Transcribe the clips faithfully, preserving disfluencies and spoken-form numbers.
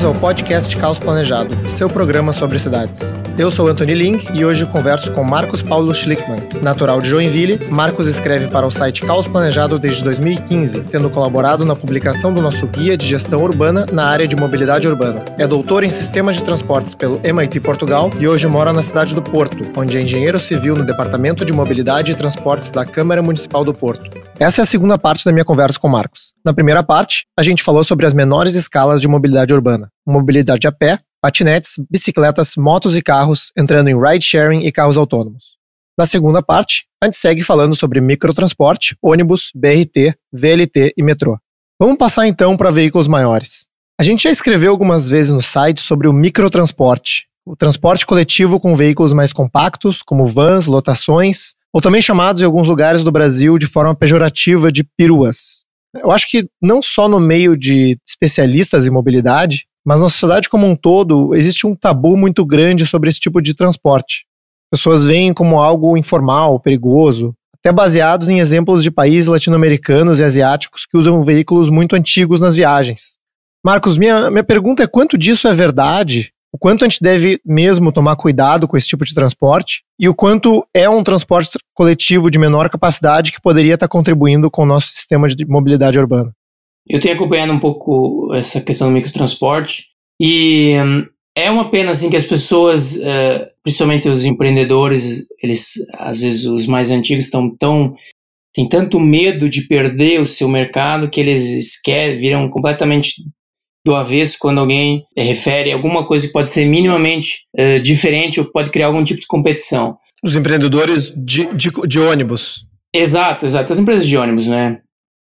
ao podcast Caos Planejado, seu programa sobre cidades. Eu sou Anthony Ling e hoje converso com Marcos Paulo Schlickmann. Natural de Joinville, Marcos escreve para o site Caos Planejado desde dois mil e quinze, tendo colaborado na publicação do nosso Guia de Gestão Urbana na área de mobilidade urbana. É doutor em Sistemas de Transportes pelo M I T Portugal e hoje mora na cidade do Porto, onde é engenheiro civil no Departamento de Mobilidade e Transportes da Câmara Municipal do Porto. Essa é a segunda parte da minha conversa com o Marcos. Na primeira parte, a gente falou sobre as menores escalas de mobilidade urbana, mobilidade a pé, patinetes, bicicletas, motos e carros, entrando em ride-sharing e carros autônomos. Na segunda parte, a gente segue falando sobre microtransporte, ônibus, B R T, V L T e metrô. Vamos passar então para veículos maiores. A gente já escreveu algumas vezes no site sobre o microtransporte, o transporte coletivo com veículos mais compactos, como vans, lotações, ou também chamados em alguns lugares do Brasil de forma pejorativa de peruas. Eu acho que não só no meio de especialistas em mobilidade, mas na sociedade como um todo, existe um tabu muito grande sobre esse tipo de transporte. Pessoas veem como algo informal, perigoso, até baseados em exemplos de países latino-americanos e asiáticos que usam veículos muito antigos nas viagens. Marcos, minha, minha pergunta é quanto disso é verdade, o quanto a gente deve mesmo tomar cuidado com esse tipo de transporte e o quanto é um transporte coletivo de menor capacidade que poderia estar contribuindo com o nosso sistema de mobilidade urbana. Eu tenho acompanhado um pouco essa questão do microtransporte e hum, é uma pena assim, que as pessoas, uh, principalmente os empreendedores, eles, às vezes os mais antigos, estão tão, têm tanto medo de perder o seu mercado que eles esquecem, viram completamente do avesso quando alguém uh, refere alguma coisa que pode ser minimamente uh, diferente ou pode criar algum tipo de competição. Os empreendedores de, de, de ônibus. Exato, exato. As empresas de ônibus, né?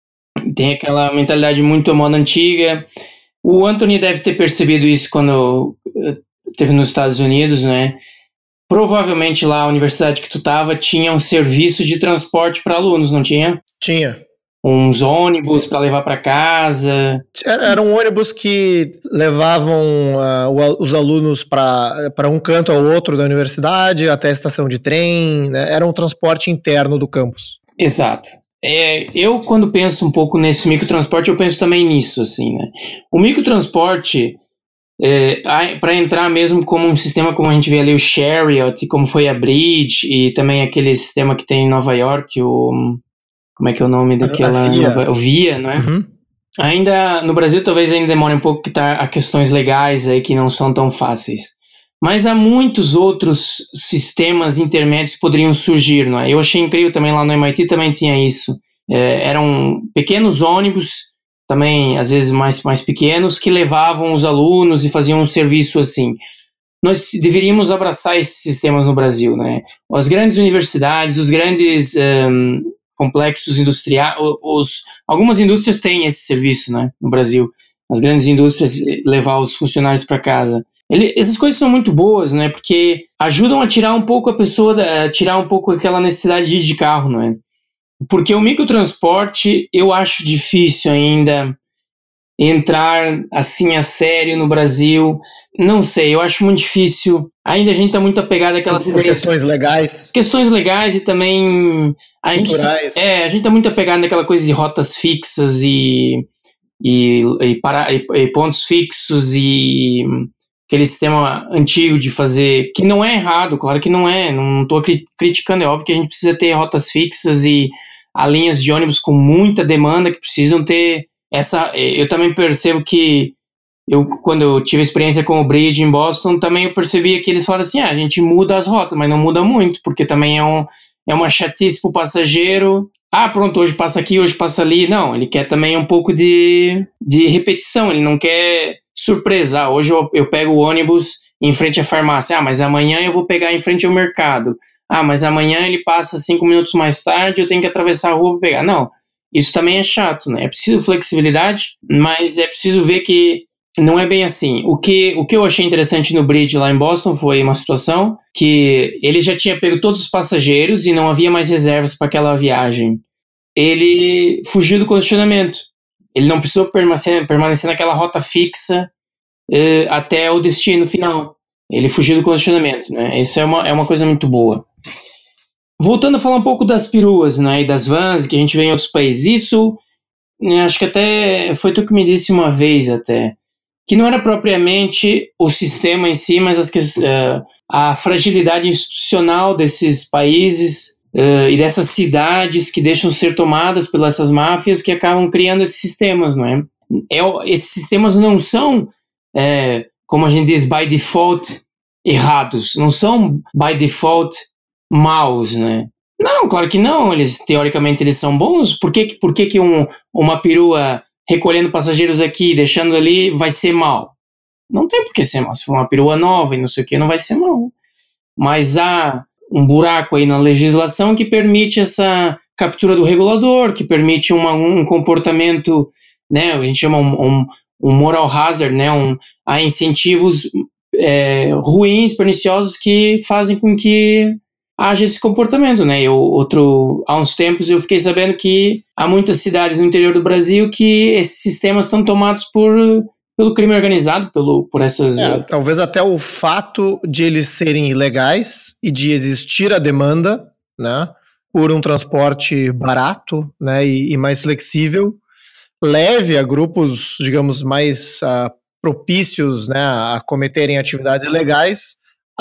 Tem aquela mentalidade muito moda antiga. O Anthony deve ter percebido isso quando esteve nos Estados Unidos, né? Provavelmente lá a universidade que tu estava tinha um serviço de transporte para alunos, não tinha? Tinha. Uns ônibus para levar para casa. Eram ônibus que levavam uh, os alunos para um canto ao outro da universidade, até a estação de trem, né? Era um transporte interno do campus. Exato. É, eu, quando penso um pouco nesse microtransporte, eu penso também nisso, assim, né? O microtransporte, é, para entrar mesmo como um sistema como a gente vê ali o Chariot, como foi a Bridge, e também aquele sistema que tem em Nova York, o... Como é que é o nome daquela... A Via. Nova, o Via, não é? Uhum. Ainda, no Brasil, talvez ainda demore um pouco, que tá a questões legais aí que não são tão fáceis. Mas há muitos outros sistemas intermédios que poderiam surgir, não é? Eu achei incrível também lá no M I T, também tinha isso. É, eram pequenos ônibus, também às vezes mais, mais pequenos, que levavam os alunos e faziam um serviço assim. Nós deveríamos abraçar esses sistemas no Brasil, né? As grandes universidades, os grandes um, complexos industriais, os, algumas indústrias têm esse serviço, né, no Brasil. As grandes indústrias levar os funcionários para casa. Ele, essas coisas são muito boas, né? Porque ajudam a tirar um pouco a pessoa, a tirar um pouco aquela necessidade de ir de carro, não é? Porque o microtransporte, eu acho difícil ainda entrar assim a sério no Brasil. Não sei, eu acho muito difícil. Ainda a gente está muito apegado àquelas Por ideias. Questões legais. Questões legais e também... A culturais. Gente, é, a gente está muito apegado naquela coisa de rotas fixas e... E, e, para, e, e pontos fixos e aquele sistema antigo de fazer, que não é errado, claro que não é, não estou cri- criticando, é óbvio que a gente precisa ter rotas fixas e há linhas de ônibus com muita demanda que precisam ter essa, eu também percebo que eu, quando eu tive experiência com o Bridge em Boston, também eu percebia que eles falaram assim, ah, a gente muda as rotas, mas não muda muito, porque também é, um, é uma chatice para o passageiro. Ah, pronto, hoje passa aqui, hoje passa ali. Não, ele quer também um pouco de, de repetição, ele não quer surpresa. Ah, hoje eu, eu pego o ônibus em frente à farmácia. Ah, mas amanhã eu vou pegar em frente ao mercado. Ah, mas amanhã ele passa cinco minutos mais tarde, eu tenho que atravessar a rua para pegar. Não, isso também é chato, né? É preciso flexibilidade, mas é preciso ver que não é bem assim. O que, o que eu achei interessante no Bridge lá em Boston foi uma situação que ele já tinha pego todos os passageiros e não havia mais reservas para aquela viagem. Ele fugiu do congestionamento. Ele não precisou permanecer, permanecer naquela rota fixa eh, até o destino final. Ele fugiu do congestionamento, né? Isso é uma, é uma coisa muito boa. Voltando a falar um pouco das peruas, né, e das vans que a gente vê em outros países. Isso, né, acho que até foi tu que me disse uma vez até. que não era propriamente o sistema em si, mas as, uh, a fragilidade institucional desses países uh, e dessas cidades que deixam ser tomadas pelas essas máfias que acabam criando esses sistemas, não é? é esses sistemas não são, é, como a gente diz, by default, errados, não são by default maus, né? Não, claro que não, eles, teoricamente eles são bons. Por que, por que, que um, uma perua recolhendo passageiros aqui, deixando ali, vai ser mal? Não tem por que ser mal. Se for uma perua nova e não sei o que, não vai ser mal. Mas há um buraco aí na legislação que permite essa captura do regulador, que permite uma, um comportamento, né, a gente chama um, um, um moral hazard, né, um, há incentivos é, ruins, perniciosos, que fazem com que haja esse comportamento, né? Eu, outro, há uns tempos eu fiquei sabendo que há muitas cidades no interior do Brasil que esses sistemas estão tomados por, pelo crime organizado, pelo, por essas... É, uh... talvez até o fato de eles serem ilegais e de existir a demanda, né, por um transporte barato, né, e, e mais flexível, leve a grupos, digamos, mais uh, propícios, né, a cometerem atividades ilegais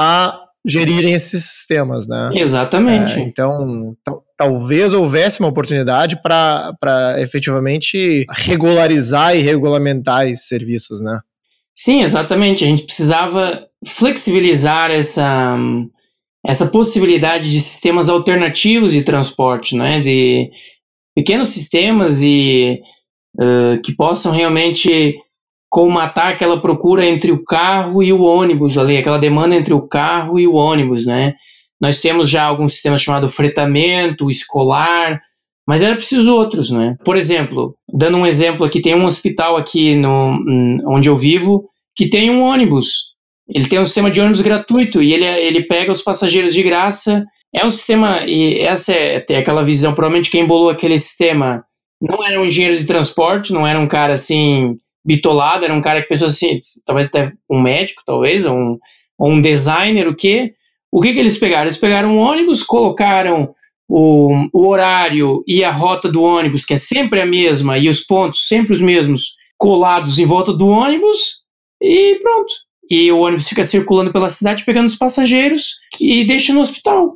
a gerirem esses sistemas, né? Exatamente. É, então, t- talvez houvesse uma oportunidade para efetivamente regularizar e regulamentar esses serviços, né? Sim, exatamente. A gente precisava flexibilizar essa, essa possibilidade de sistemas alternativos de transporte, né? De pequenos sistemas e uh, que possam realmente colmatar aquela procura entre o carro e o ônibus ali, aquela demanda entre o carro e o ônibus, né? Nós temos já alguns sistemas chamados fretamento, escolar, mas era preciso outros, né? Por exemplo, dando um exemplo aqui, tem um hospital aqui no, onde eu vivo que tem um ônibus. Ele tem um sistema de ônibus gratuito e ele, ele pega os passageiros de graça. É um sistema, e essa é, é aquela visão, provavelmente quem embolou aquele sistema não era um engenheiro de transporte, não era um cara assim... bitolado, era um cara que pensou assim, talvez até um médico, talvez, ou um, ou um designer, o quê? O que que eles pegaram? Eles pegaram um ônibus, colocaram o, o horário e a rota do ônibus, que é sempre a mesma, e os pontos sempre os mesmos, colados em volta do ônibus, e pronto. E o ônibus fica circulando pela cidade, pegando os passageiros e deixa no hospital.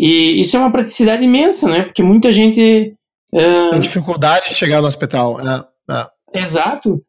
E isso é uma praticidade imensa, né? Porque muita gente... Uh... tem dificuldade de chegar no hospital. É, é. Exato.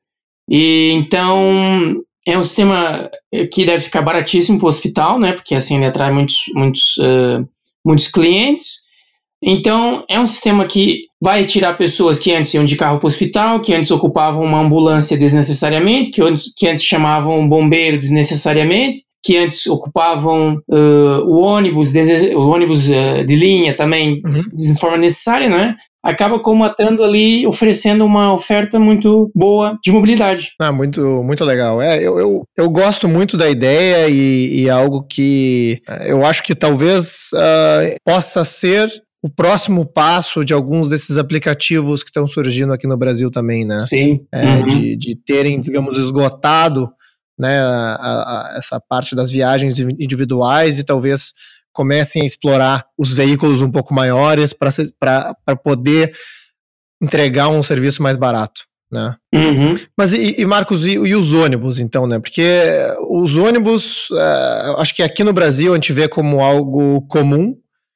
E então é um sistema que deve ficar baratíssimo para o hospital, né? Porque assim ele atrai muitos, muitos, uh, muitos clientes. Então é um sistema que vai tirar pessoas que antes iam de carro para o hospital, que antes ocupavam uma ambulância desnecessariamente, que antes, que antes chamavam um bombeiro desnecessariamente, que antes ocupavam uh, o ônibus, o ônibus uh, de linha também, uhum, de forma necessária, né? Acaba colmatando ali, oferecendo uma oferta muito boa de mobilidade. Ah, muito, muito legal. É, eu, eu, eu gosto muito da ideia e, e algo que eu acho que talvez uh, possa ser o próximo passo de alguns desses aplicativos que estão surgindo aqui no Brasil também, né? Sim. É, uhum. de, de terem, digamos, esgotado, né, a, a, essa parte das viagens individuais e talvez comecem a explorar os veículos um pouco maiores para poder entregar um serviço mais barato, né? Uhum. Mas e, e Marcos, e, e os ônibus então, né? Porque os ônibus, uh, acho que aqui no Brasil a gente vê como algo comum,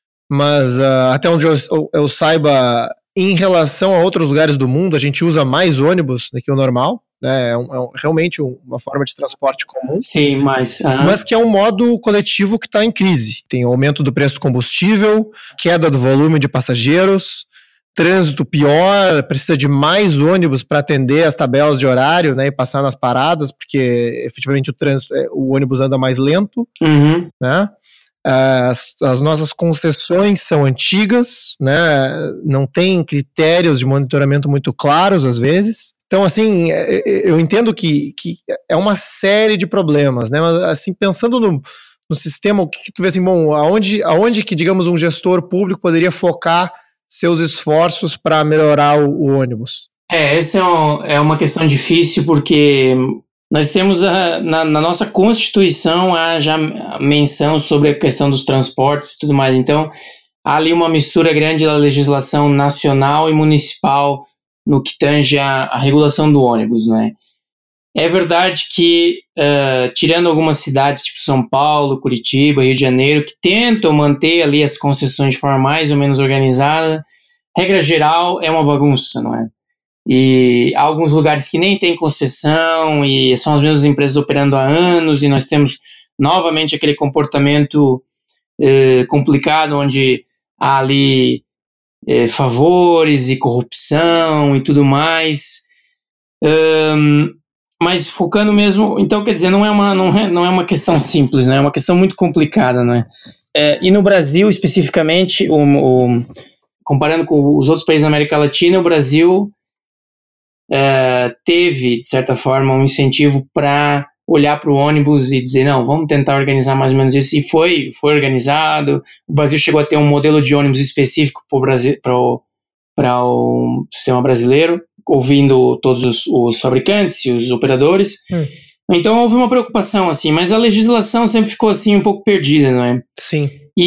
mas uh, até onde eu, eu, eu saiba, em relação a outros lugares do mundo, a gente usa mais ônibus do que o normal, né? É, um, é um, realmente uma forma de transporte comum. Sim, mas... Uh-huh. Mas que é um modo coletivo que está em crise. Tem aumento do preço do combustível, queda do volume de passageiros, trânsito pior, precisa de mais ônibus para atender as tabelas de horário, né, e passar nas paradas, porque efetivamente o trânsito, o ônibus anda mais lento, uhum, né? As, as nossas concessões são antigas, né? Não tem critérios de monitoramento muito claros às vezes. Então, assim, eu entendo que, que é uma série de problemas, né? Mas, assim, pensando no, no sistema, o que, que tu vê assim, bom, aonde, aonde que, digamos, um gestor público poderia focar seus esforços para melhorar o, o ônibus? É, essa é, um, é uma questão difícil, porque nós temos a, na, na nossa Constituição a já a menção sobre a questão dos transportes e tudo mais. Então, há ali uma mistura grande da legislação nacional e municipal no que tange a, a regulação do ônibus, né? É verdade que, uh, tirando algumas cidades, tipo São Paulo, Curitiba, Rio de Janeiro, que tentam manter ali as concessões de forma mais ou menos organizada, regra geral é uma bagunça, não é? E há alguns lugares que nem tem concessão e são as mesmas empresas operando há anos, e nós temos novamente aquele comportamento uh, complicado, onde há ali uh, favores e corrupção e tudo mais. Um, Mas focando mesmo, então quer dizer, não é uma, não é, não é uma questão simples, né? É uma questão muito complicada, né? É, e no Brasil, especificamente, o, o, comparando com os outros países da América Latina, o Brasil é, teve, de certa forma, um incentivo para olhar para o ônibus e dizer, não, vamos tentar organizar mais ou menos isso, e foi, foi organizado. O Brasil chegou a ter um modelo de ônibus específico para o, para o sistema brasileiro, ouvindo todos os, os fabricantes e os operadores. Hum. Então houve uma preocupação, assim, mas a legislação sempre ficou assim um pouco perdida, não é? Sim.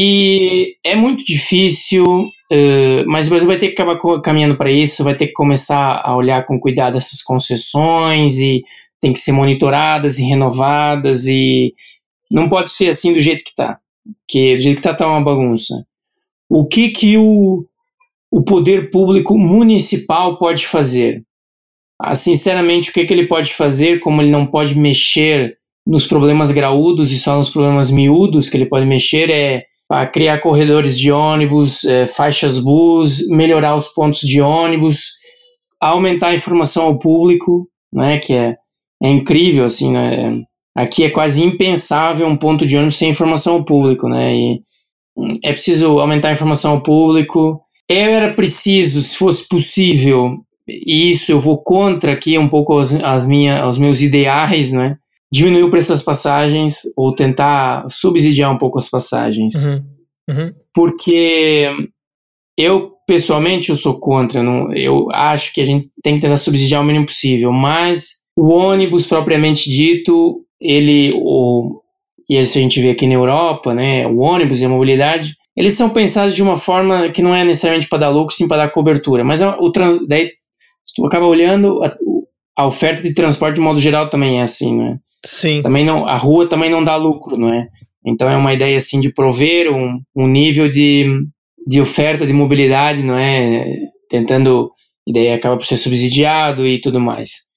E é muito difícil, uh, mas o Brasil vai ter que acabar caminhando para isso, vai ter que começar a olhar com cuidado essas concessões, e tem que ser monitoradas e renovadas, e não pode ser assim do jeito que está, porque do jeito que está tá uma bagunça. O que que o o poder público municipal pode fazer? Ah, sinceramente, o que, que ele pode fazer, como ele não pode mexer nos problemas graúdos e só nos problemas miúdos que ele pode mexer, é ah, criar corredores de ônibus, é, faixas bus, melhorar os pontos de ônibus, aumentar a informação ao público, né, que é, é incrível, assim, né? Aqui é quase impensável um ponto de ônibus sem informação ao público, né? E é preciso aumentar a informação ao público. Era preciso, se fosse possível, e isso eu vou contra aqui um pouco as, as minha, os meus ideais, né? Diminuir o preço das passagens ou tentar subsidiar um pouco as passagens. Uhum. Uhum. Porque eu, pessoalmente, eu sou contra. Não, eu acho que a gente tem que tentar subsidiar o mínimo possível, mas o ônibus, propriamente dito, ele, o, e isso a gente vê aqui na Europa, né? O ônibus e a mobilidade, eles são pensados de uma forma que não é necessariamente para dar lucro, sim para dar cobertura. Mas o trans, daí, se tu acaba olhando, a, a oferta de transporte de modo geral também é assim, não é? Sim. Também não, a rua também não dá lucro, não é? Então é uma ideia assim de prover um, um nível de, de oferta de mobilidade, não é? Tentando, e daí acaba por ser subsidiado e tudo mais.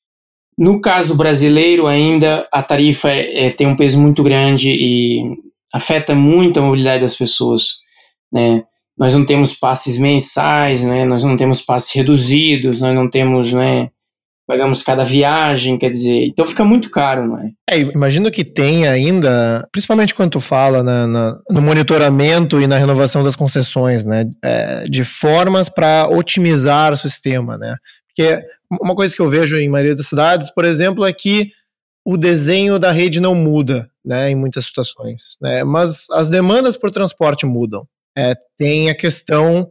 No caso brasileiro ainda, a tarifa é, é, tem um peso muito grande e afeta muito a mobilidade das pessoas, né? Nós não temos passes mensais, né? Nós não temos passes reduzidos, nós não temos, né? Pagamos cada viagem, quer dizer, então fica muito caro, não é? É, imagino que tem ainda, principalmente quando tu fala na, na, no monitoramento e na renovação das concessões, né? É, de formas para otimizar o sistema, né? Porque uma coisa que eu vejo em maioria das cidades, por exemplo, é que o desenho da rede não muda, né, em muitas situações, né, mas as demandas por transporte mudam. É, tem a questão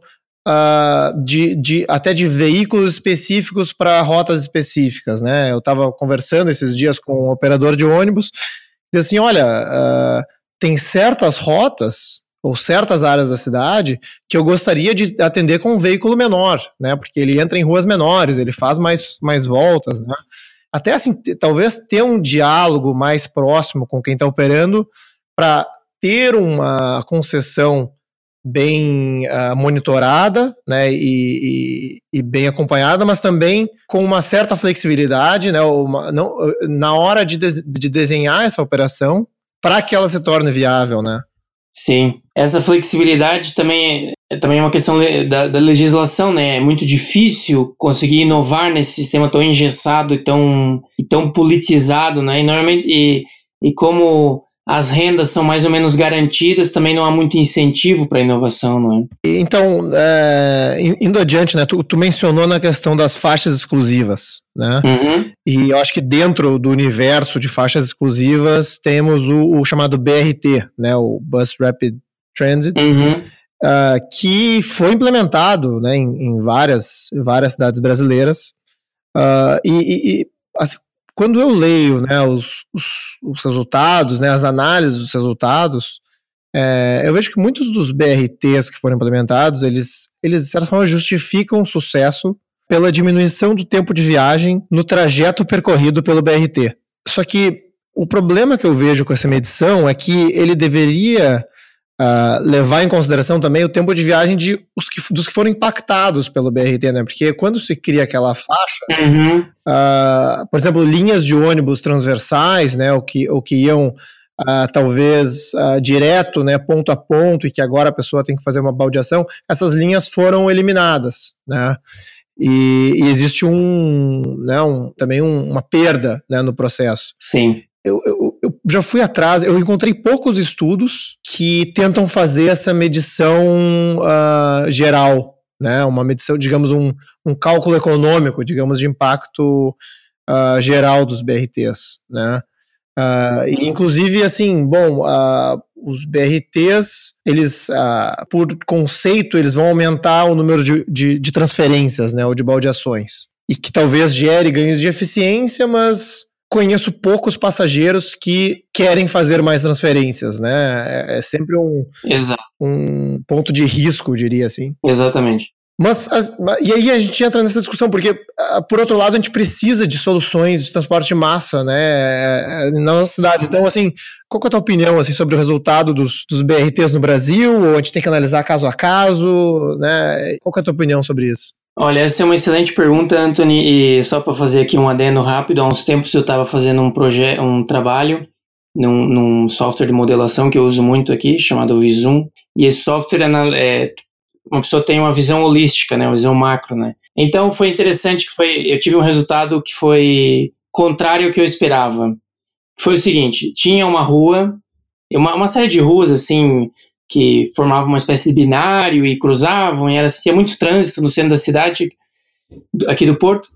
uh, de, de, até de veículos específicos para rotas específicas, né? Eu estava conversando esses dias com um operador de ônibus, e assim, olha, uh, tem certas rotas ou certas áreas da cidade que eu gostaria de atender com um veículo menor, né, porque ele entra em ruas menores, ele faz mais, mais voltas, né? Até assim, t- talvez ter um diálogo mais próximo com quem está operando para ter uma concessão bem uh, monitorada, né, e, e, e bem acompanhada, mas também com uma certa flexibilidade, né, uma, não, na hora de, de, de desenhar essa operação para que ela se torne viável, né? Sim, essa flexibilidade também é, também é uma questão da, da legislação, né? É muito difícil conseguir inovar nesse sistema tão engessado e tão, e tão politizado, né? E, normalmente, e, e como as rendas são mais ou menos garantidas, também não há muito incentivo para a inovação, não é? Então, é, indo adiante, né, tu, tu mencionou na questão das faixas exclusivas, né? Uhum. E eu acho que dentro do universo de faixas exclusivas temos o, o chamado B R T, né, o Bus Rapid Transit, uhum. uh, que foi implementado, né, em, em várias, várias cidades brasileiras. Uh, e, e assim, quando eu leio, né, os, os, os resultados, né, as análises dos resultados, é, eu vejo que muitos dos B R Ts que foram implementados, eles, eles de certa forma justificam o sucesso pela diminuição do tempo de viagem no trajeto percorrido pelo B R T. Só que o problema que eu vejo com essa medição é que ele deveria uh, levar em consideração também o tempo de viagem de os que, dos que foram impactados pelo B R T, né? Porque quando se cria aquela faixa, uhum. uh, por exemplo, linhas de ônibus transversais, né, o que, o que iam uh, talvez uh, direto, né, ponto a ponto, e que agora a pessoa tem que fazer uma baldeação, essas linhas foram eliminadas, né? E, e existe um, né, um, também um, uma perda, né, no processo. Sim. Eu, eu, eu já fui atrás, eu encontrei poucos estudos que tentam fazer essa medição uh, geral, né, uma medição, digamos, um, um cálculo econômico, digamos, de impacto uh, geral dos B R Ts, né. Uh, e inclusive, assim, bom, uh, os B R Ts, eles, uh, por conceito, eles vão aumentar o número de, de, de transferências, né, ou de baldeações, e que talvez gere ganhos de eficiência, mas conheço poucos passageiros que querem fazer mais transferências, né, é, é sempre um, um ponto de risco, eu diria assim. Exatamente. Mas, as, e aí a gente entra nessa discussão, porque, por outro lado, a gente precisa de soluções de transporte de massa, né, na nossa cidade. Então, assim, qual que é a tua opinião, assim, sobre o resultado dos, dos B R Ts no Brasil? Ou a gente tem que analisar caso a caso, né? Qual que é a tua opinião sobre isso? Olha, essa é uma excelente pergunta, Anthony, e só para fazer aqui um adendo rápido, há uns tempos eu estava fazendo um projeto, um trabalho num, num software de modelação que eu uso muito aqui, chamado Visum, e esse software é, uma pessoa tem uma visão holística, né, uma visão macro, né. Então foi interessante que foi, eu tive um resultado que foi contrário ao que eu esperava. Foi o seguinte, tinha uma rua, uma, uma série de ruas assim, que formavam uma espécie de binário e cruzavam, e era, tinha muito trânsito no centro da cidade, aqui do Porto,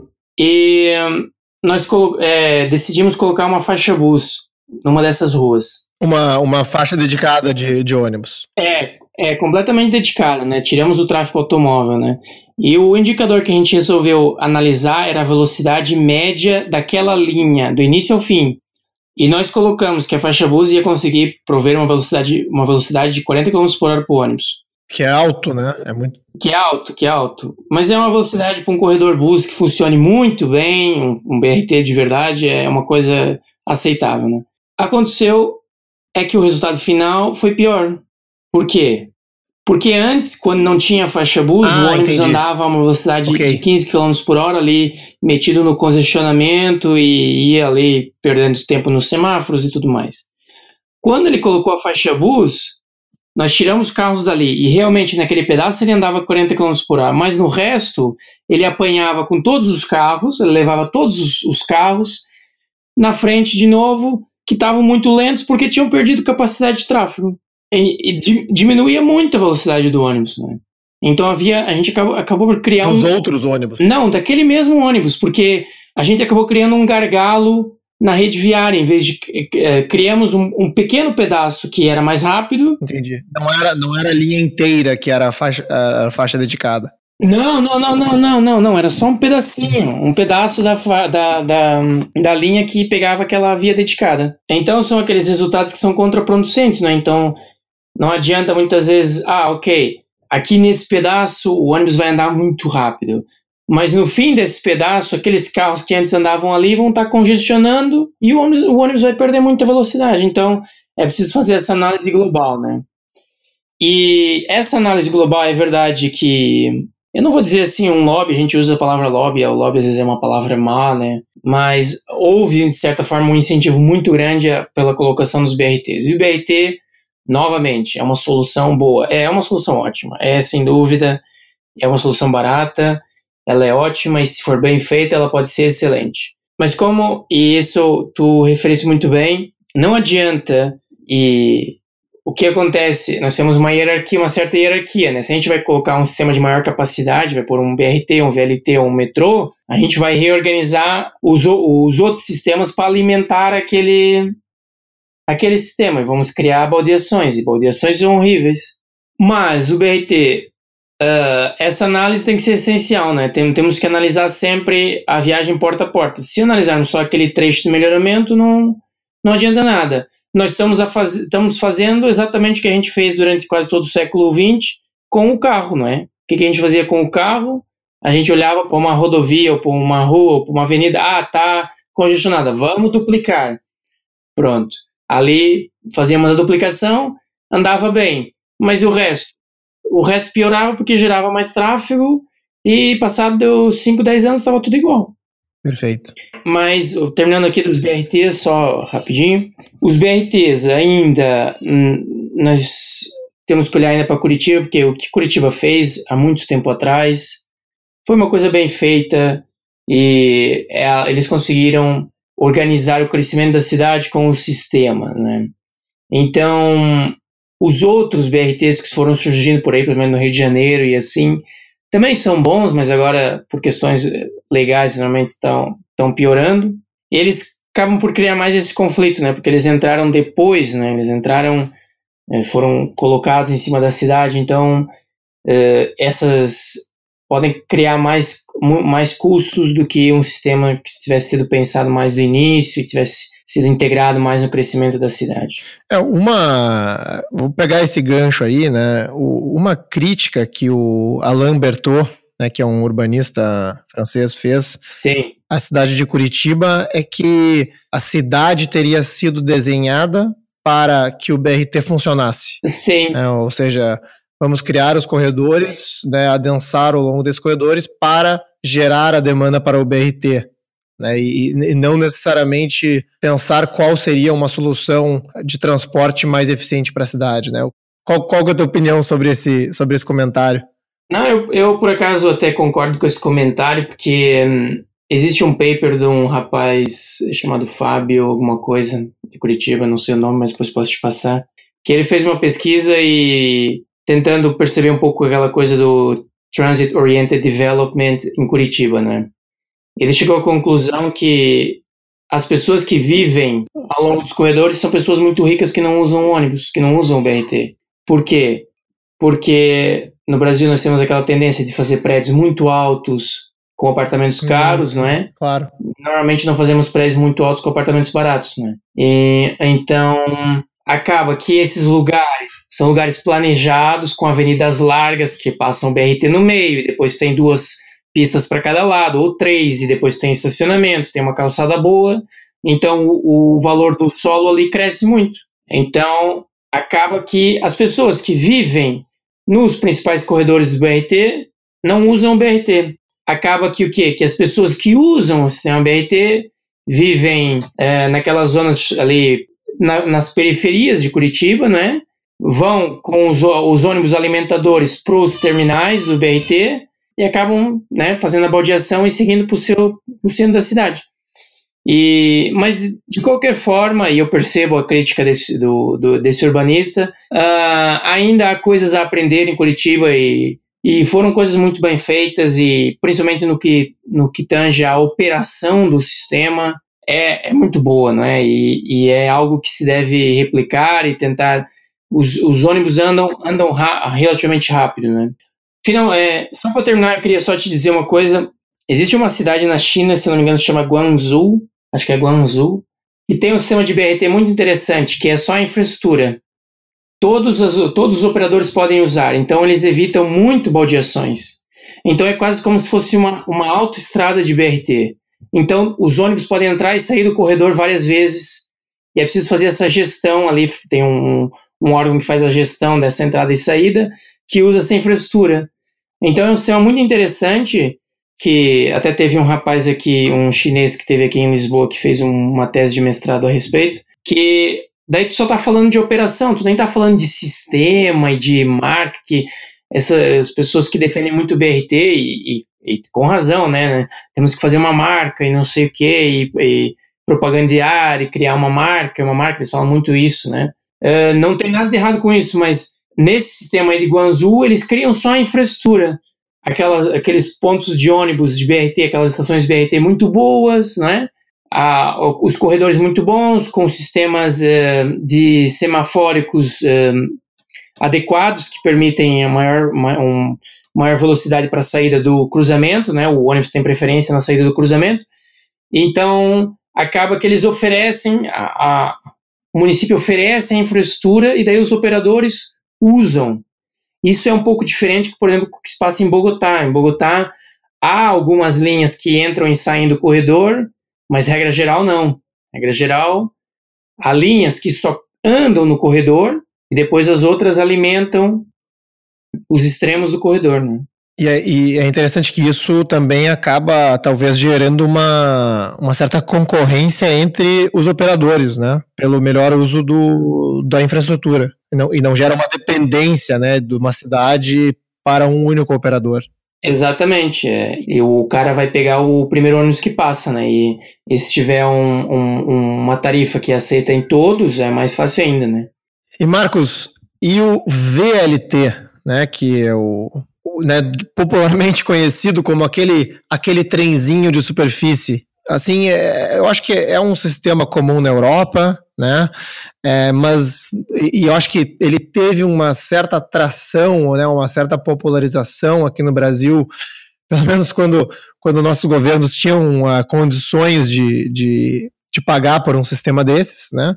e nós é, decidimos colocar uma faixa bus numa dessas ruas. Uma, uma faixa dedicada de, de ônibus. É, é completamente dedicada, né? Tiramos o tráfego automóvel, né? E o indicador que a gente resolveu analisar era a velocidade média daquela linha, do início ao fim. E nós colocamos que a faixa bus ia conseguir prover uma velocidade, uma velocidade de quarenta quilômetros por hora para o ônibus. Que é alto, né? É muito... Que é alto, que é alto. Mas é uma velocidade para um corredor bus que funcione muito bem, um, um B R T de verdade, é uma coisa aceitável, né? Aconteceu é que o resultado final foi pior. Por quê? Porque antes, quando não tinha faixa bus, ah, o ônibus entendi. andava a uma velocidade okay. de quinze quilômetros por hora ali, metido no congestionamento e ia ali perdendo tempo nos semáforos e tudo mais. Quando ele colocou a faixa bus, nós tiramos carros dali e realmente naquele pedaço ele andava quarenta quilômetros por hora, mas no resto ele apanhava com todos os carros, ele levava todos os, os carros na frente de novo, que estavam muito lentos porque tinham perdido capacidade de tráfego. E, e di, diminuía muito a velocidade do ônibus, né? Então havia, a gente acabou, acabou por criar Dos um... Dos outros ônibus? Não, daquele mesmo ônibus, porque a gente acabou criando um gargalo na rede viária, em vez de... É, criamos um, um pequeno pedaço que era mais rápido. Entendi. Não era, não era a linha inteira que era a faixa, a faixa dedicada. Não, não, não, não, não, não, não, era só um pedacinho, um pedaço da, da, da, da linha que pegava aquela via dedicada. Então são aqueles resultados que são contraproducentes, né? Então não adianta muitas vezes, ah, ok, aqui nesse pedaço o ônibus vai andar muito rápido, mas no fim desse pedaço, aqueles carros que antes andavam ali vão estar congestionando e o ônibus, o ônibus vai perder muita velocidade. Então é preciso fazer essa análise global, né? E essa análise global é verdade que... Eu não vou dizer assim um lobby, a gente usa a palavra lobby, o lobby às vezes é uma palavra má, né? Mas houve, de certa forma, um incentivo muito grande pela colocação dos B R Ts. E o B R T, novamente, é uma solução boa, é uma solução ótima, é sem dúvida, é uma solução barata, ela é ótima e se for bem feita ela pode ser excelente. Mas como, e isso tu referiste muito bem, não adianta e... O que acontece? Nós temos uma hierarquia, uma certa hierarquia, né? Se a gente vai colocar um sistema de maior capacidade, vai pôr um B R T, um V L T ou um metrô, a gente vai reorganizar os, os outros sistemas para alimentar aquele, aquele sistema. E vamos criar baldeações, e baldeações são horríveis. Mas o B R T, uh, essa análise tem que ser essencial, né? Tem, temos que analisar sempre a viagem porta a porta. Se analisarmos só aquele trecho de melhoramento, não, não adianta nada. Nós estamos, a faz... estamos fazendo exatamente o que a gente fez durante quase todo o século vinte com o carro, não é? O que a gente fazia com o carro? a gente olhava para uma rodovia, ou para uma rua, ou para uma avenida, ah, tá congestionada, vamos duplicar. Pronto. Ali fazíamos a duplicação, andava bem, mas o resto? O resto piorava porque gerava mais tráfego e passado cinco, dez anos estava tudo igual. Perfeito. Mas, terminando aqui dos B R Ts, só rapidinho, os B R Ts ainda, nós temos que olhar ainda para Curitiba, porque o que Curitiba fez há muito tempo atrás foi uma coisa bem feita e é, eles conseguiram organizar o crescimento da cidade com o sistema, né? Então, os outros B R Ts que foram surgindo por aí, pelo menos no Rio de Janeiro e assim, também são bons, mas agora, por questões legais, normalmente estão estão piorando. Eles acabam por criar mais esse conflito, né? Porque eles entraram depois, né? Eles entraram, foram colocados em cima da cidade, então uh, essas podem criar mais, mais custos do que um sistema que tivesse sido pensado mais do início e tivesse sido integrado mais no crescimento da cidade. É uma, vou pegar esse gancho aí, né? O, uma crítica que o Alain Berthaud, né, que é um urbanista francês, fez Sim. à cidade de Curitiba é que a cidade teria sido desenhada para que o B R T funcionasse. Sim. É, ou seja, vamos criar os corredores, né, adensar ao longo desses corredores para gerar a demanda para o B R T. Né, e, e não necessariamente pensar qual seria uma solução de transporte mais eficiente para a cidade. Né? Qual, qual que é a tua opinião sobre esse, sobre esse comentário? Não, eu, eu por acaso até concordo com esse comentário, porque hum, existe um paper de um rapaz chamado Fábio, alguma coisa, de Curitiba, não sei o nome, mas depois posso te passar, que ele fez uma pesquisa e tentando perceber um pouco aquela coisa do Transit Oriented Development em Curitiba, né? Ele chegou à conclusão que as pessoas que vivem ao longo dos corredores são pessoas muito ricas que não usam ônibus, que não usam o B R T. Por quê? Porque no Brasil nós temos aquela tendência de fazer prédios muito altos com apartamentos caros, hum, não é? Claro. Normalmente não fazemos prédios muito altos com apartamentos baratos, né? E, então, acaba que esses lugares são lugares planejados com avenidas largas que passam o B R T no meio e depois tem duas pistas para cada lado, ou três, e depois tem estacionamento, tem uma calçada boa, então o, o valor do solo ali cresce muito. Então, acaba que as pessoas que vivem nos principais corredores do B R T não usam o B R T. Acaba que o quê? Que as pessoas que usam o sistema B R T vivem é, naquelas zonas ali, na, nas periferias de Curitiba, né? Vão com os, os ônibus alimentadores para os terminais do B R T e acabam, né, fazendo a baldeação e seguindo para o seu, pro centro da cidade. E, mas, de qualquer forma, e eu percebo a crítica desse, do, do, desse urbanista, uh, ainda há coisas a aprender em Curitiba e, e foram coisas muito bem feitas e principalmente no que, no que tange a operação do sistema é, é muito boa, não é? E, e é algo que se deve replicar e tentar. Os, os ônibus andam, andam ra- relativamente rápido, né? Final, é, só para terminar, eu queria só te dizer uma coisa. Existe uma cidade na China, se não me engano, se chama Guangzhou, acho que é Guangzhou, que tem um sistema de B R T muito interessante, que é só a infraestrutura. Todos, as, todos os operadores podem usar, então eles evitam muito baldeações. Então é quase como se fosse uma, uma autoestrada de B R T. Então os ônibus podem entrar e sair do corredor várias vezes, e é preciso fazer essa gestão ali, tem um, um órgão que faz a gestão dessa entrada e saída, que usa essa infraestrutura. Então é um sistema muito interessante, que até teve um rapaz aqui, um chinês que teve aqui em Lisboa, que fez um, uma tese de mestrado a respeito, que daí tu só tá falando de operação, tu nem tá falando de sistema e de marca, que essas pessoas que defendem muito o B R T, e, e, e com razão, né, né, temos que fazer uma marca e não sei o que, e, e propagandear e criar uma marca, uma marca, eles falam muito isso, né, uh, não tem nada de errado com isso, mas nesse sistema aí de Guangzhou, eles criam só a infraestrutura, aquelas, aqueles pontos de ônibus de B R T, aquelas estações de B R T muito boas, né? Ah, os corredores muito bons, com sistemas eh, de semafóricos eh, adequados, que permitem a maior, uma, um, maior velocidade para a saída do cruzamento, né? O ônibus tem preferência na saída do cruzamento. Então, acaba que eles oferecem, a, a, o município oferece a infraestrutura e daí os operadores usam. Isso é um pouco diferente, por exemplo, do que se passa em Bogotá. Em Bogotá, há algumas linhas que entram e saem do corredor, mas regra geral não. Regra geral, há linhas que só andam no corredor e depois as outras alimentam os extremos do corredor, né? E é, e é interessante que isso também acaba, talvez, gerando uma, uma certa concorrência entre os operadores, né? Pelo melhor uso do, da infraestrutura. E não, e não gera uma dependência, né, de uma cidade para um único operador. Exatamente. É. E o cara vai pegar o primeiro ônibus que passa, né? E, e se tiver um, um, uma tarifa que aceita em todos, é mais fácil ainda, né? E Marcos, e o V L T, né? Que é o... Né, popularmente conhecido como aquele, aquele trenzinho de superfície. Assim, é, eu acho que é um sistema comum na Europa, né? É, mas e, e eu acho que ele teve uma certa atração, né, uma certa popularização aqui no Brasil, pelo menos quando, quando nossos governos tinham uh, condições de, de, de pagar por um sistema desses, né?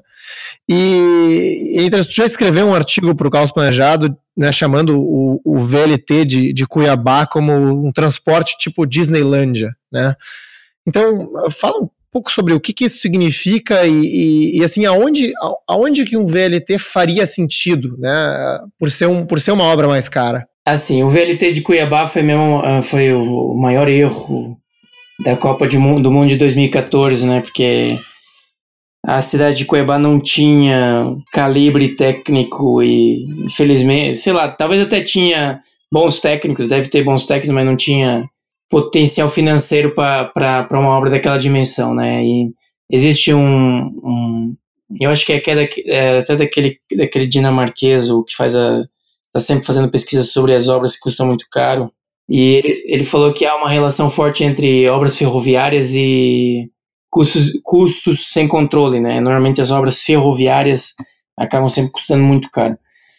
E, e tu já escreveu um artigo para o Caos Planejado, né, chamando o, o V L T de, de Cuiabá como um transporte tipo Disneylândia, né? Então, fala um pouco sobre o que, que isso significa e, e, e assim, aonde, aonde que um V L T faria sentido, né? Por ser, um, por ser uma obra mais cara. Assim, o V L T de Cuiabá foi, mesmo, foi o maior erro da Copa de Mundo, do Mundo de dois mil e catorze, né? Porque a cidade de Cuiabá não tinha calibre técnico e, infelizmente, sei lá, talvez até tinha bons técnicos, deve ter bons técnicos, mas não tinha potencial financeiro para uma obra daquela dimensão, né? E existe um, um eu acho que é, é até daquele, daquele dinamarquês o que faz a está sempre fazendo pesquisas sobre as obras que custam muito caro, e ele, ele falou que há uma relação forte entre obras ferroviárias e custos, custos sem controle, né? Normalmente as obras ferroviárias acabam sempre custando muito caro.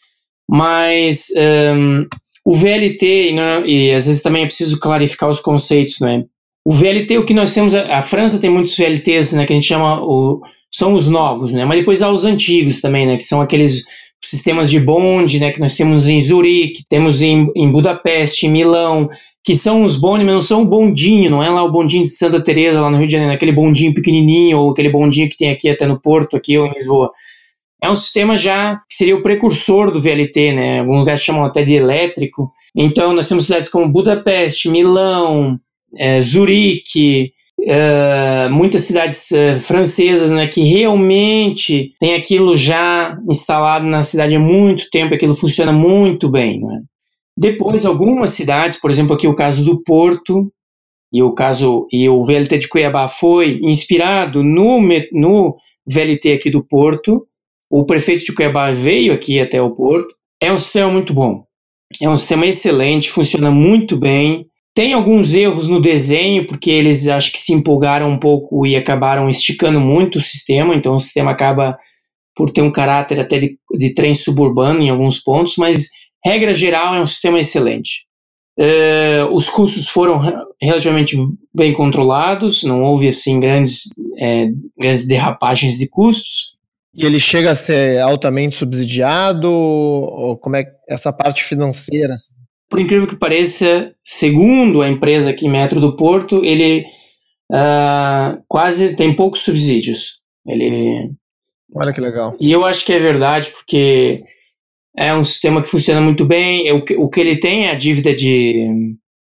Mas um, o V L T, e, e às vezes também é preciso clarificar os conceitos, né? O V L T, o que nós temos, a, a França tem muitos V L Ts, né, que a gente chama, o, são os novos, né? Mas depois há os antigos também, né, que são aqueles sistemas de bonde, né, que nós temos em Zurique, temos em, em Budapeste, em Milão, que são os bondes, mas não são o bondinho, não é lá o bondinho de Santa Teresa lá no Rio de Janeiro, aquele bondinho pequenininho, ou aquele bondinho que tem aqui até no Porto, aqui ou em Lisboa. É um sistema já que seria o precursor do V L T, né, alguns lugares chamam até de elétrico. Então nós temos cidades como Budapeste, Milão, é, Zurique, Uh, muitas cidades uh, francesas, né, que realmente tem aquilo já instalado na cidade há muito tempo, aquilo funciona muito bem, né? Depois algumas cidades, por exemplo aqui o caso do Porto e o caso e o V L T de Cuiabá foi inspirado no, no V L T aqui do Porto. O prefeito de Cuiabá veio aqui até o Porto. É um sistema muito bom, é um sistema excelente, funciona muito bem. Tem alguns erros no desenho, porque eles acho que se empolgaram um pouco e acabaram esticando muito o sistema, então o sistema acaba por ter um caráter até de, de trem suburbano em alguns pontos, mas, regra geral, é um sistema excelente. Uh, os custos foram relativamente bem controlados, não houve assim grandes, é, grandes derrapagens de custos. E ele chega a ser altamente subsidiado, ou como é essa parte financeira? Assim? Por incrível que pareça, segundo a empresa aqui, Metro do Porto, ele uh, quase tem poucos subsídios. Ele... Olha que legal. E eu acho que é verdade, porque é um sistema que funciona muito bem. O que, o que ele tem é a dívida de,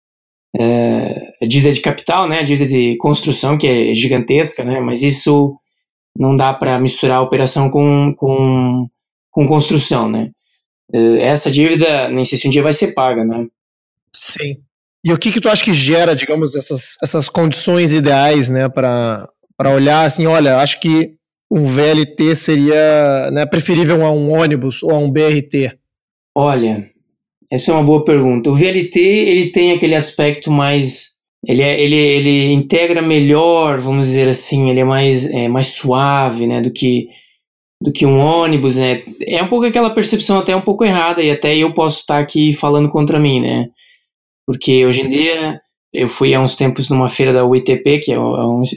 é, a dívida de capital, né? A dívida de construção, que é gigantesca, né? Mas isso não dá para misturar a operação com, com, com construção, né? Essa dívida, nem sei se um dia vai ser paga, né? Sim. E o que que tu acha que gera, digamos, essas, essas condições ideais, né, para para olhar assim, olha, acho que um V L T seria, né, preferível a um ônibus ou a um B R T? Olha, essa é uma boa pergunta. O V L T, ele tem aquele aspecto mais... Ele, é, ele, ele integra melhor, vamos dizer assim, ele é mais, é, mais suave, né, do que... do que um ônibus, né? É um pouco aquela percepção até um pouco errada, e até eu posso estar aqui falando contra mim, né? Porque hoje em dia, eu fui há uns tempos numa feira da U I T P, que é a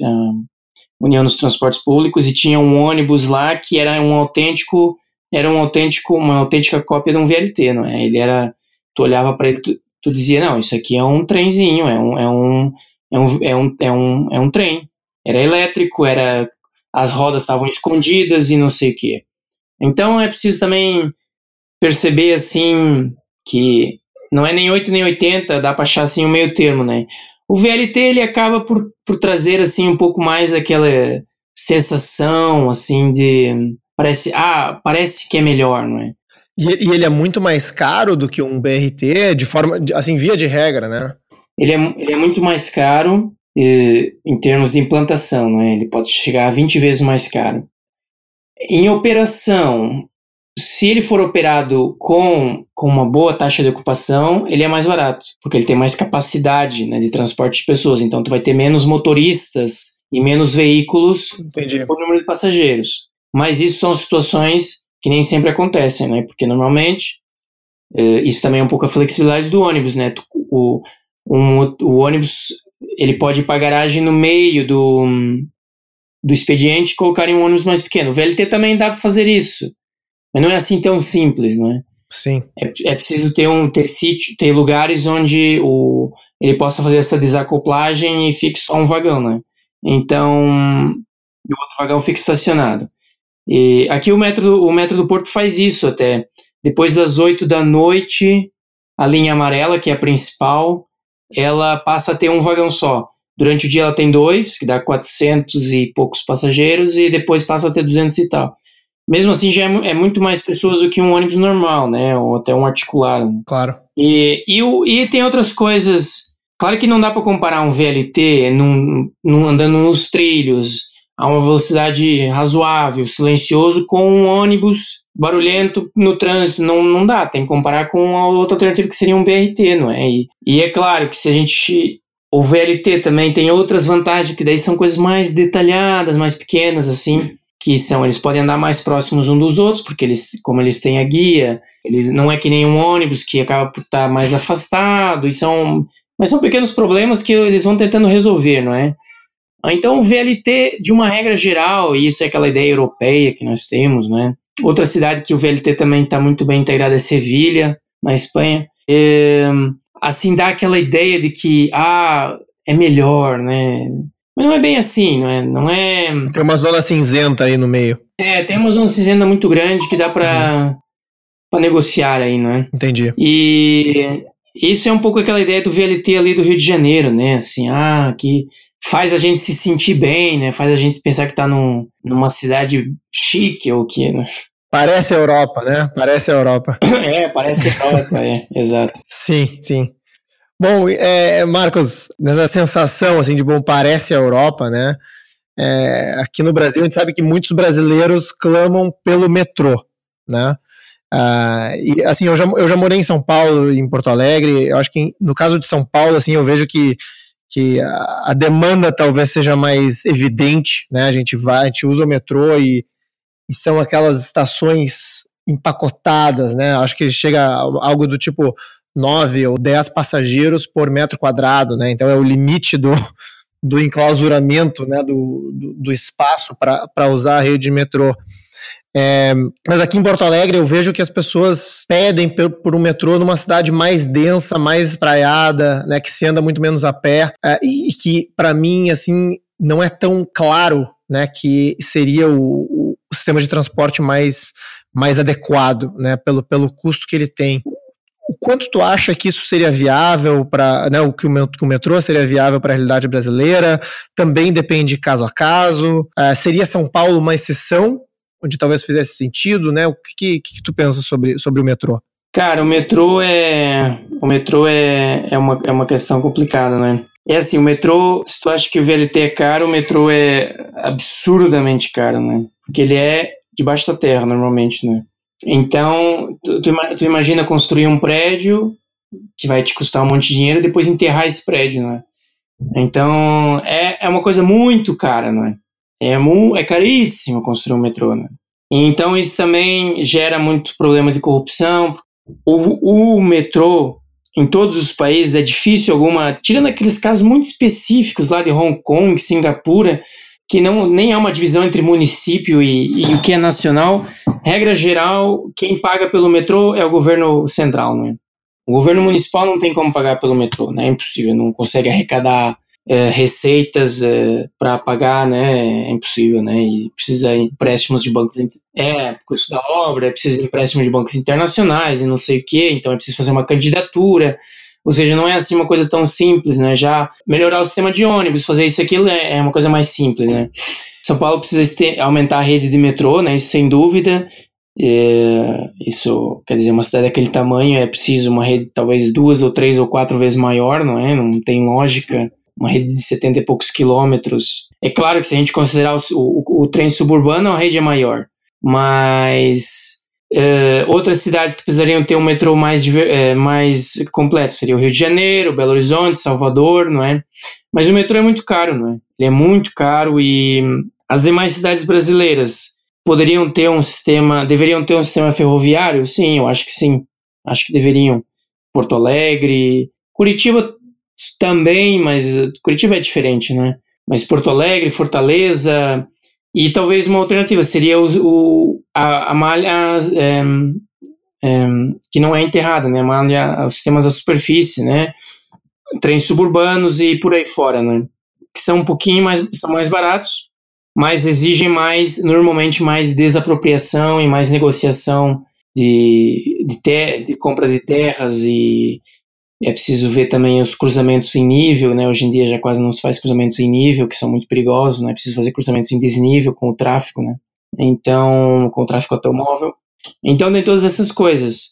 União dos Transportes Públicos, e tinha um ônibus lá que era um autêntico, era um autêntico, uma autêntica cópia de um V L T, não é? Ele era, tu olhava para ele, tu, tu dizia, não, isso aqui é um trenzinho, é um, é um, é um, é um, é um, é um trem. Era elétrico, era, as rodas estavam escondidas e não sei o quê. Então é preciso também perceber, assim, que não é nem oito nem oitenta, dá para achar, assim, o meio termo, né? O V L T, ele acaba por, por trazer, assim, um pouco mais aquela sensação, assim, de... Parece, ah, parece que é melhor, não é? E, e ele é muito mais caro do que um B R T, de forma, assim, via de regra, né? Ele é, ele é muito mais caro eh, em termos de implantação, não é? Ele pode chegar a vinte vezes mais caro. Em operação, se ele for operado com, com uma boa taxa de ocupação, ele é mais barato, porque ele tem mais capacidade, né, de transporte de pessoas. Então, tu vai ter menos motoristas e menos veículos Entendi. por número de passageiros. Mas isso são situações que nem sempre acontecem, né? Porque normalmente, eh, isso também é um pouco a flexibilidade do ônibus, né? O, um, o ônibus, ele pode ir para a garagem no meio do, do expediente e colocar em um ônibus mais pequeno. O V L T também dá para fazer isso. Mas não é assim tão simples, não é? Sim. É, é preciso ter, um, ter, sítio, ter lugares onde o, ele possa fazer essa desacoplagem e fique só um vagão, né? Então, o outro vagão fica estacionado. E aqui o metro, o metro do Porto faz isso até. Depois das oito da noite, a linha amarela, que é a principal, ela passa a ter um vagão só. Durante o dia ela tem dois, que dá quatrocentos e poucos passageiros, e depois passa a ter duzentos e tal. Mesmo assim, já é, é muito mais pessoas do que um ônibus normal, né? Ou até um articulado. Claro. E, e, o, e tem outras coisas. Claro que não dá para comparar um V L T num, num, andando nos trilhos a uma velocidade razoável, silencioso, com um ônibus barulhento no trânsito. Não, não dá. Tem que comparar com a outra alternativa que seria um B R T, não é? E, e é claro que se a gente... O V L T também tem outras vantagens, que daí são coisas mais detalhadas, mais pequenas, assim, que são, eles podem andar mais próximos um dos outros, porque eles, como eles têm a guia, eles, não é que nem um ônibus que acaba por estar mais afastado, e são, mas são pequenos problemas que eles vão tentando resolver, não é? Então o V L T, de uma regra geral, e isso é aquela ideia europeia que nós temos, né? Outra cidade que o V L T também está muito bem integrada é Sevilha, na Espanha. É, assim, dá aquela ideia de que, ah, é melhor, né? Mas não é bem assim, não é? Não é... Tem uma zona cinzenta aí no meio. É, tem uma zona cinzenta muito grande que dá para uhum. negociar aí, não é? Entendi. E isso é um pouco aquela ideia do V L T ali do Rio de Janeiro, né? Assim, ah, que faz a gente se sentir bem, né? Faz a gente pensar que tá num, numa cidade chique ou que... Né? Parece a Europa, né? Parece a Europa. É, parece a Europa, é, exato. Sim, sim. Bom, é, Marcos, nessa sensação assim de bom, parece a Europa, né? É, aqui no Brasil a gente sabe que muitos brasileiros clamam pelo metrô, né? Ah, e assim, eu já, eu já morei em São Paulo e em Porto Alegre. Eu acho que no caso de São Paulo, assim, eu vejo que, que a, a demanda talvez seja mais evidente, né? A gente vai, a gente usa o metrô e, e são aquelas estações empacotadas, né? Acho que chega algo do tipo nove ou dez passageiros por metro quadrado, né? Então é o limite do, do enclausuramento, né? do, do, do espaço para usar a rede de metrô. É, mas aqui em Porto Alegre eu vejo que as pessoas pedem por, por um metrô numa cidade mais densa, mais espraiada, né? Que se anda muito menos a pé, é, e, e que para mim assim não é tão claro, né? Que seria o, o sistema de transporte mais, mais adequado, né? Pelo, pelo custo que ele tem. O quanto tu acha que isso seria viável para, né, o que o metrô seria viável para a realidade brasileira? Também depende de caso a caso. Uh, seria São Paulo uma exceção, onde talvez fizesse sentido, né? O que, que, que tu pensa sobre, sobre o metrô? Cara, o metrô é o metrô é, é, uma, é uma questão complicada, né? É assim, o metrô, se tu acha que o V L T é caro, o metrô é absurdamente caro, né? Porque ele é debaixo da terra, normalmente, né? Então, tu, tu, tu imagina construir um prédio que vai te custar um monte de dinheiro e depois enterrar esse prédio, né? Então, é, é uma coisa muito cara, né? É, mu, é caríssimo construir um metrô, né? Então, isso também gera muito problema de corrupção. O, o metrô, em todos os países, é difícil alguma... Tirando aqueles casos muito específicos lá de Hong Kong, Singapura, que não, nem há uma divisão entre município e, e o que é nacional. Regra geral, quem paga pelo metrô é o governo central, né? O governo municipal não tem como pagar pelo metrô, né? É impossível, não consegue arrecadar é, receitas é, para pagar, né? É impossível, né? E precisa de empréstimos de bancos... É, custo da obra, é preciso de empréstimos de bancos internacionais e não sei o quê, então é preciso fazer uma candidatura. Ou seja, não é assim uma coisa tão simples, né? Já melhorar o sistema de ônibus, fazer isso e aquilo é, é uma coisa mais simples, né? São Paulo precisa ter, aumentar a rede de metrô, né? Isso sem dúvida. É, isso, quer dizer, uma cidade daquele tamanho é preciso uma rede talvez duas ou três ou quatro vezes maior, não é? Não tem lógica. Uma rede de setenta e poucos quilômetros. É claro que se a gente considerar o, o, o trem suburbano, a rede é maior. Mas é, outras cidades que precisariam ter um metrô mais, é, mais completo seria o Rio de Janeiro, Belo Horizonte, Salvador, não é? Mas o metrô é muito caro, não é? Ele é muito caro e as demais cidades brasileiras poderiam ter um sistema, deveriam ter um sistema ferroviário? Sim, eu acho que sim. Acho que deveriam. Porto Alegre, Curitiba também, mas Curitiba é diferente, né? Mas Porto Alegre, Fortaleza, e talvez uma alternativa seria o, o, a, a malha é, é, que não é enterrada, né? A malha, os sistemas da superfície, né? Trens suburbanos e por aí fora, né? Que são um pouquinho mais, são mais baratos, mas exigem mais, normalmente mais desapropriação e mais negociação de, de, ter, de compra de terras, e é preciso ver também os cruzamentos em nível, né? Hoje em dia já quase não se faz cruzamentos em nível, que são muito perigosos, né? É preciso fazer cruzamentos em desnível com o tráfego, né? Então, com o tráfego automóvel. Então, tem todas essas coisas.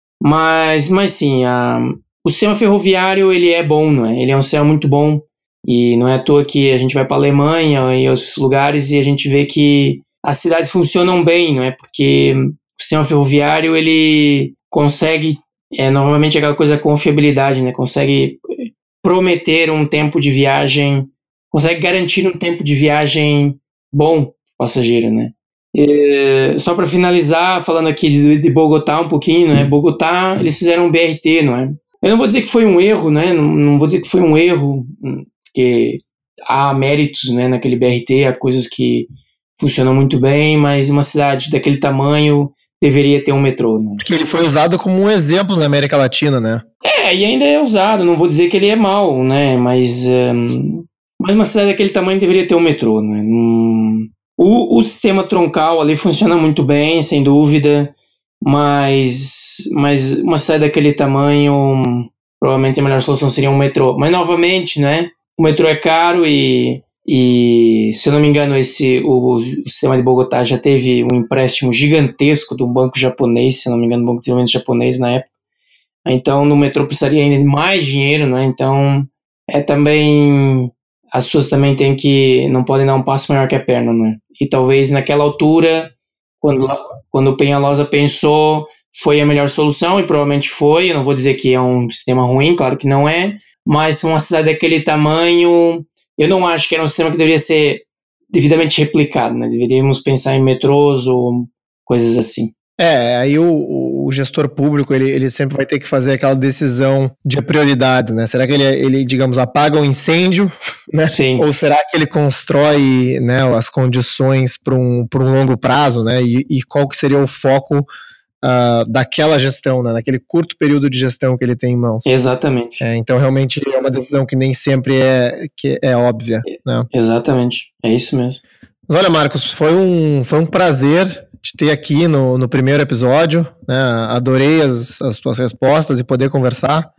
Mas, mas sim, a, o sistema ferroviário, ele é bom, não é? Ele é um sistema muito bom, e não é à toa que a gente vai para a Alemanha e outros lugares e a gente vê que as cidades funcionam bem, não é? Porque o sistema ferroviário, ele consegue... É novamente aquela coisa da confiabilidade, né? Consegue prometer um tempo de viagem, consegue garantir um tempo de viagem bom para o passageiro, né? E, só para finalizar, falando aqui de, de Bogotá um pouquinho, né? Bogotá, eles fizeram um B R T, não é? Eu não vou dizer que foi um erro, né? Não, não vou dizer que foi um erro, porque há méritos, né, naquele B R T, há coisas que funcionam muito bem, mas uma cidade daquele tamanho deveria ter um metrô, né? Porque ele foi usado como um exemplo na América Latina, né? É, e ainda é usado, não vou dizer que ele é mau, né? Mas, um, mas uma cidade daquele tamanho deveria ter um metrô, né? Um, o, o sistema troncal ali funciona muito bem, sem dúvida, mas, mas uma cidade daquele tamanho, provavelmente a melhor solução seria um metrô. Mas, novamente, né? O metrô é caro e... E, se eu não me engano, esse, o, o sistema de Bogotá já teve um empréstimo gigantesco de um banco japonês, se eu não me engano, um banco de desenvolvimento japonês na época. Então, no metrô precisaria ainda de mais dinheiro, né? Então, é também... As pessoas também têm que... Não podem dar um passo maior que a perna, né? E talvez naquela altura, quando, quando o Peñalosa pensou, foi a melhor solução, e provavelmente foi. Eu não vou dizer que é um sistema ruim, claro que não é. Mas uma cidade daquele tamanho... Eu não acho que era um sistema que deveria ser devidamente replicado, né? Deveríamos pensar em metrôs ou coisas assim. É, aí o, o gestor público, ele, ele sempre vai ter que fazer aquela decisão de prioridades, né? Será que ele, ele digamos, apaga o incêndio, né? Sim. Ou será que ele constrói, né, as condições para um, para um longo prazo, né? E, e qual que seria o foco Uh, daquela gestão, né? Naquele curto período de gestão que ele tem em mãos. Exatamente. É, então, realmente, é uma decisão que nem sempre é, que é óbvia. Né? Exatamente, é isso mesmo. Mas olha, Marcos, foi um, foi um prazer te ter aqui no, no primeiro episódio, né? Adorei as, as tuas respostas e poder conversar.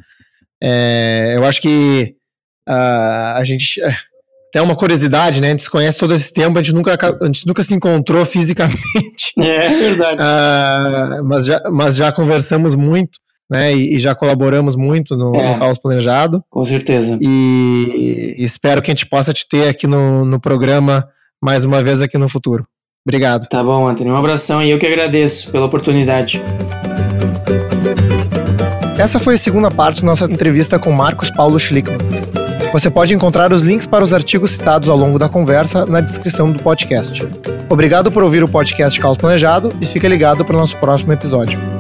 É, eu acho que uh, a gente... Até uma curiosidade, né? A gente se conhece todo esse tempo, a gente nunca, a gente nunca se encontrou fisicamente. É verdade. Uh, mas, já, mas já conversamos muito, né? E, e já colaboramos muito no, é, no Caos Planejado. Com certeza. E, e espero que a gente possa te ter aqui no, no programa mais uma vez aqui no futuro. Obrigado. Tá bom, Antônio. Um abração e eu que agradeço pela oportunidade. Essa foi a segunda parte da nossa entrevista com Marcos Paulo Schlickmann. Você pode encontrar os links para os artigos citados ao longo da conversa na descrição do podcast. Obrigado por ouvir o podcast Caos Planejado e fica ligado para o nosso próximo episódio.